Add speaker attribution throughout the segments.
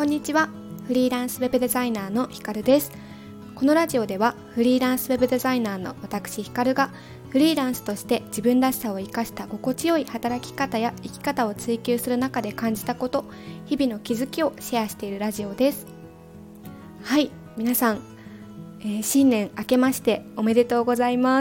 Speaker 1: んにちは。フリーランスウェブデザイナーのひかるです。このラジオではフリーランスウェブデザイナーの私ひかるがフリーランスとして自分らしさを生かした心地よい働き方や生き方を追求する中で感じたこと、日々の気づきをシェアしているラジオです。はい、皆さん、新年明けましておめでとうございます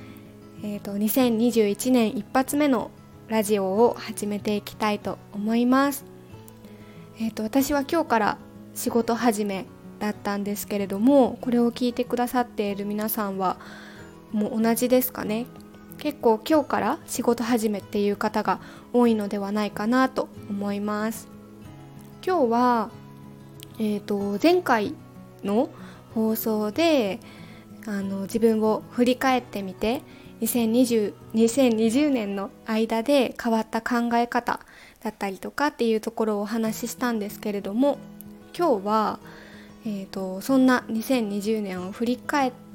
Speaker 1: 。2021年一発目のラジオを始めていきたいと思います。私は今日から仕事始めだったんですけれども、これを聞いてくださっている皆さんはもう同じですかね。結構今日から仕事始めっていう方が多いのではないかなと思います。今日は、前回の放送で自分を振り返ってみて2020年の間で変わった考え方だったりとかっていうところをお話ししたんですけれども、今日は、そんな2020年を振り返った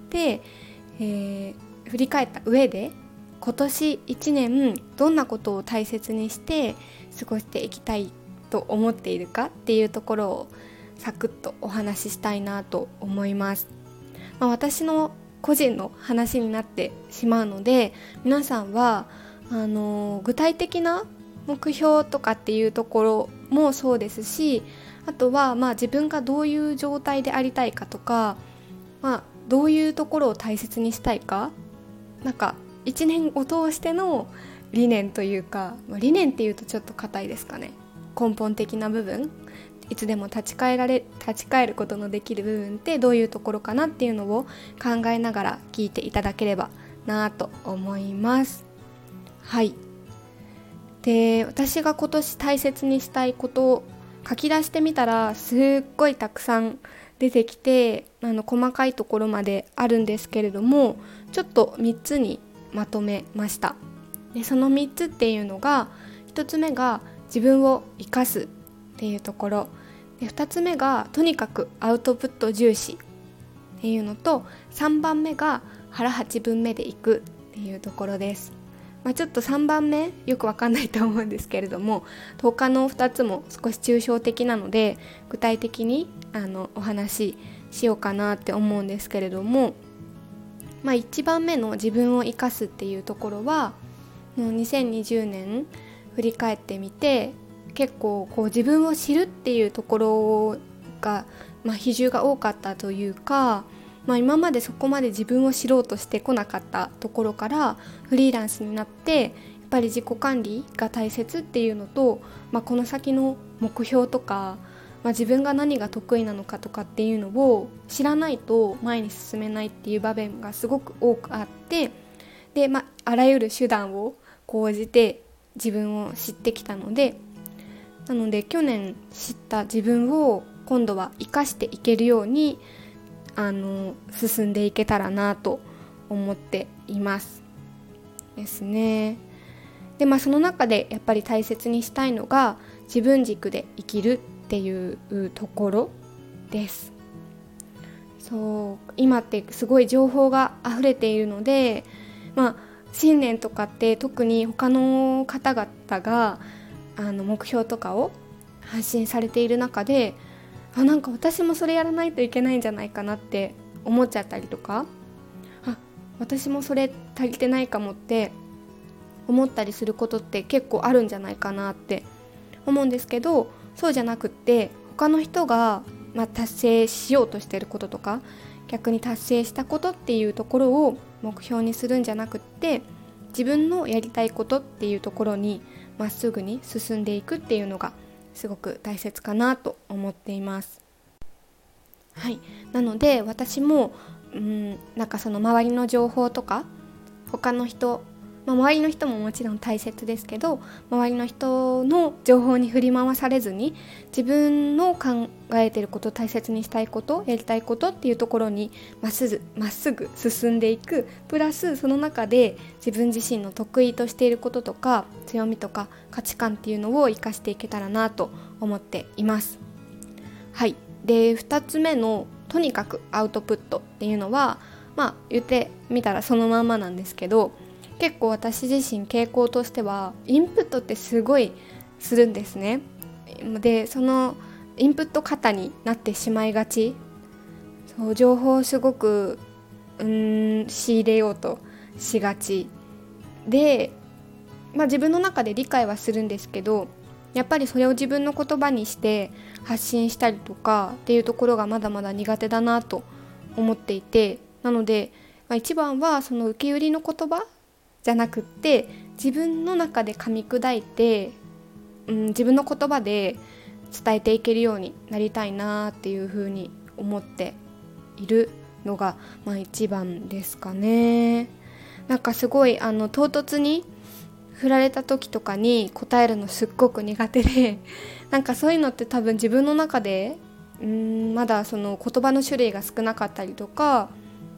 Speaker 1: 上で今年1年どんなことを大切にして過ごしていきたいと思っているかっていうところをサクッとお話ししたいなと思います。私の個人の話になってしまうので、皆さんは具体的な目標とかっていうところもそうですし、あとは自分がどういう状態でありたいかとか、どういうところを大切にしたいか、一年を通しての理念というか、理念っていうとちょっと硬いですかね。根本的な部分、いつでも立ち返ることのできる部分ってどういうところかなっていうのを考えながら聞いていただければなと思います。はい。で、私が今年大切にしたいことを書き出してみたらすっごいたくさん出てきて、細かいところまであるんですけれども、ちょっと3つにまとめました。で、その3つっていうのが、1つ目が自分を生かすっていうところで、2つ目がとにかくアウトプット重視っていうのと、3番目が腹8分目でいくっていうところです。ちょっと3番目よくわかんないと思うんですけれども、他の2つも少し抽象的なので具体的にお話ししようかなって思うんですけれども、1番目の自分を生かすっていうところは、もう2020年振り返ってみて、結構自分を知るっていうところが、比重が多かったというか、今までそこまで自分を知ろうとしてこなかったところからフリーランスになって、やっぱり自己管理が大切っていうのと、この先の目標とか、自分が何が得意なのかとかっていうのを知らないと前に進めないっていう場面がすごく多くあって、で、あらゆる手段を講じて自分を知ってきたので、なので去年知った自分を今度は生かしていけるように進んでいけたらなと思っていますですね。で、その中でやっぱり大切にしたいのが自分軸で生きるっていうところです。今ってすごい情報が溢れているので、新年とかって特に他の方々が目標とかを発信されている中で、私もそれやらないといけないんじゃないかなって思っちゃったりとか、私もそれ足りてないかもって思ったりすることって結構あるんじゃないかなって思うんですけど、そうじゃなくって、他の人が、達成しようとしていることとか、逆に達成したことっていうところを目標にするんじゃなくって、自分のやりたいことっていうところにまっすぐに進んでいくっていうのがすごく大切かなと思っています。はい、なので私もその周りの情報とか他の人、周りの人ももちろん大切ですけど、周りの人の情報に振り回されずに、自分の考えていること、大切にしたいこと、やりたいことっていうところにまっすぐ進んでいく。プラスその中で自分自身の得意としていることとか強みとか価値観っていうのを生かしていけたらなと思っています。はい。で、2つ目のとにかくアウトプットっていうのは、言ってみたらそのまんまなんですけど、結構私自身傾向としてはインプットってすごいするんですね。で、そのインプット過多になってしまいがち。そう、情報をすごく仕入れようとしがちで、自分の中で理解はするんですけど、やっぱりそれを自分の言葉にして発信したりとかっていうところがまだまだ苦手だなと思っていて、なので、一番はその受け売りの言葉じゃなくって、自分の中で噛み砕いて、自分の言葉で伝えていけるようになりたいなっていうふうに思っているのが一番ですかね。なんかすごい唐突に振られた時とかに答えるのすっごく苦手でなんかそういうのって多分自分の中でまだその言葉の種類が少なかったりとか、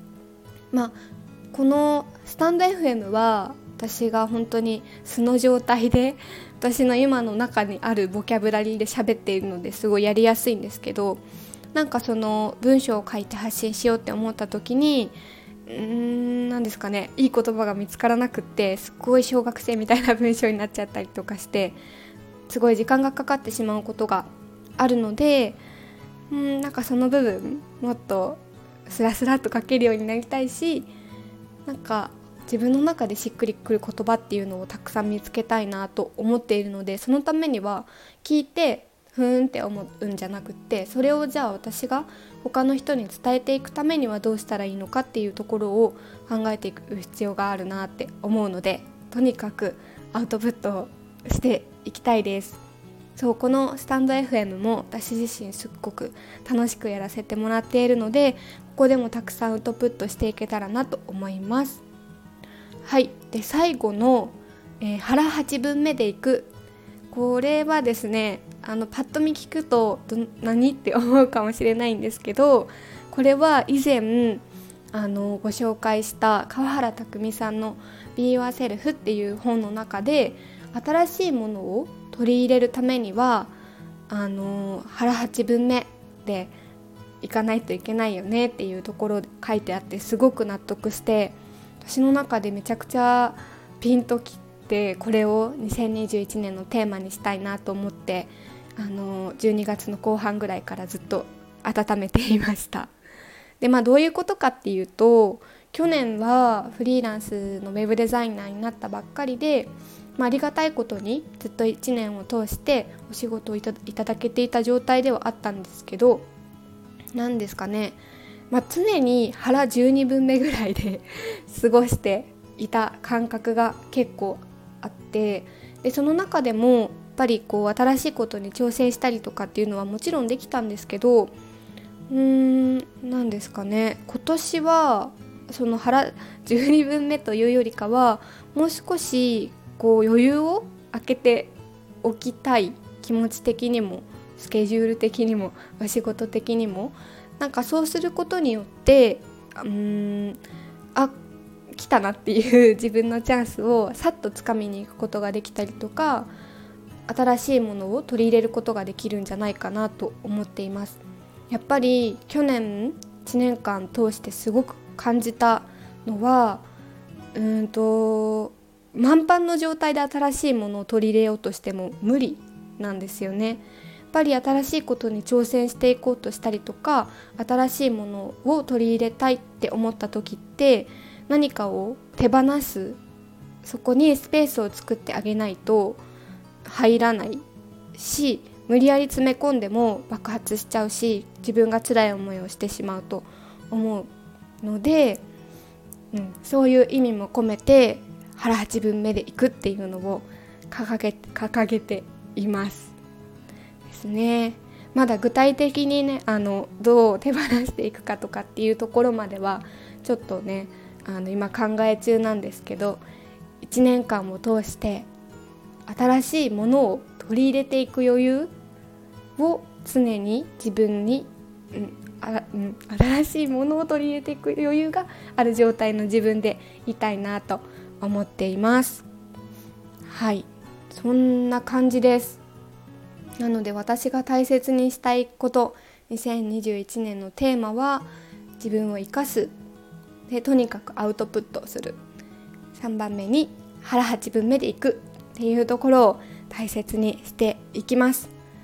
Speaker 1: このスタンド FM は私が本当に素の状態で私の今の中にあるボキャブラリーで喋っているのですごいやりやすいんですけど、なんかその文章を書いて発信しようって思った時になんですかね、いい言葉が見つからなくって、すっごい小学生みたいな文章になっちゃったりとかして、すごい時間がかかってしまうことがあるので、なんかその部分もっとスラスラっと書けるようになりたいし、なんか自分の中でしっくりくる言葉っていうのをたくさん見つけたいなと思っているので、そのためには聞いてふーんって思うんじゃなくって、それをじゃあ私が他の人に伝えていくためにはどうしたらいいのかっていうところを考えていく必要があるなって思うので、とにかくアウトプットをしていきたいです。そう、このスタンド FM も私自身すっごく楽しくやらせてもらっているので、ここでもたくさんアウトプットしていけたらなと思います。はい、で最後の、腹8分目でいく。これはですね、パッと見聞くと何って思うかもしれないんですけど、これは以前ご紹介した川原拓実さんの Be Yourself っていう本の中で、新しいものを取り入れるためには腹8分目でいかないといけないよねっていうところで書いてあって、すごく納得して、私の中でめちゃくちゃピンときて、これを2021年のテーマにしたいなと思って、12月の後半ぐらいからずっと温めていました。で、どういうことかっていうと、去年はフリーランスのウェブデザイナーになったばっかりで、ありがたいことにずっと1年を通してお仕事をいただけていた状態ではあったんですけど、何ですかね、常に腹12分目ぐらいで過ごしていた感覚が結構あって、でその中でもやっぱり新しいことに挑戦したりとかっていうのはもちろんできたんですけど、何ですかね、今年はその腹12分目というよりかは、もう少し余裕を空けておきたい、気持ち的にもスケジュール的にもお仕事的にも。なんかそうすることによって来たなっていう自分のチャンスをさっとつかみに行くことができたりとか、新しいものを取り入れることができるんじゃないかなと思っています。やっぱり去年1年間通してすごく感じたのは、満帆の状態で新しいものを取り入れようとしても無理なんですよね。やっぱり新しいことに挑戦していこうとしたりとか、新しいものを取り入れたいって思った時って、何かを手放す、そこにスペースを作ってあげないと入らないし、無理やり詰め込んでも爆発しちゃうし、自分が辛い思いをしてしまうと思うので、そういう意味も込めて腹8分目でいくっていうのを掲げていますですね。まだ具体的にね、どう手放していくかとかっていうところまではちょっとね、今考え中なんですけど、1年間を通して新しいものを取り入れていく余裕を常に自分に、新しいものを取り入れていく余裕がある状態の自分でいたいなと思っています。はい、そんな感じです。なので私が大切にしたいこと、2021年のテーマは自分を生かすで、とにかくアウトプットする、3番目に腹8分目でいくっていうところを大切にしていきます。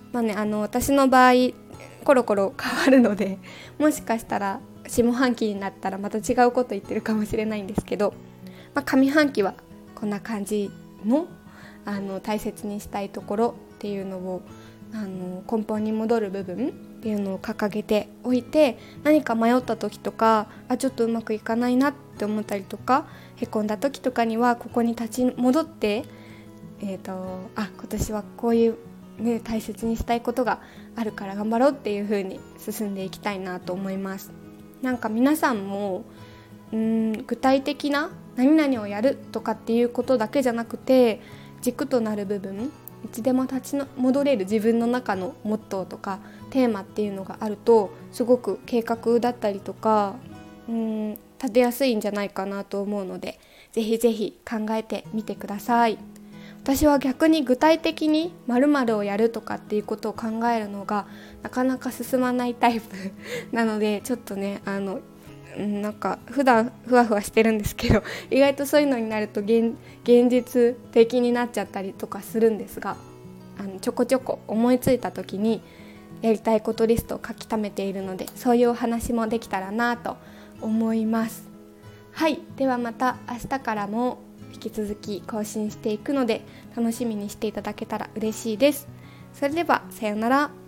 Speaker 1: 私の場合コロコロ変わるので、もしかしたら下半期になったらまた違うこと言ってるかもしれないんですけど、上半期はこんな感じの、大切にしたいところっていうのを根本に戻る部分っていうのを掲げておいて、何か迷った時とかちょっとうまくいかないなって思ったりとか、へこんだ時とかにはここに立ち戻って、今年はこういう、大切にしたいことがあるから頑張ろうっていう風に進んでいきたいなと思います。なんか皆さんも具体的な何々をやるとかっていうことだけじゃなくて、軸となる部分、いつでも立ち戻れる自分の中のモットーとかテーマっていうのがあると、すごく計画だったりとか立てやすいんじゃないかなと思うので、ぜひぜひ考えてみてください。私は逆に具体的に〇〇をやるとかっていうことを考えるのがなかなか進まないタイプなので、ちょっとねなんか普段ふわふわしてるんですけど、意外とそういうのになると現実的になっちゃったりとかするんですが、ちょこちょこ思いついた時にやりたいことリストを書き溜めているので、そういうお話もできたらなと思います。はい、ではまた明日からも引き続き更新していくので、楽しみにしていただけたら嬉しいです。それではさようなら。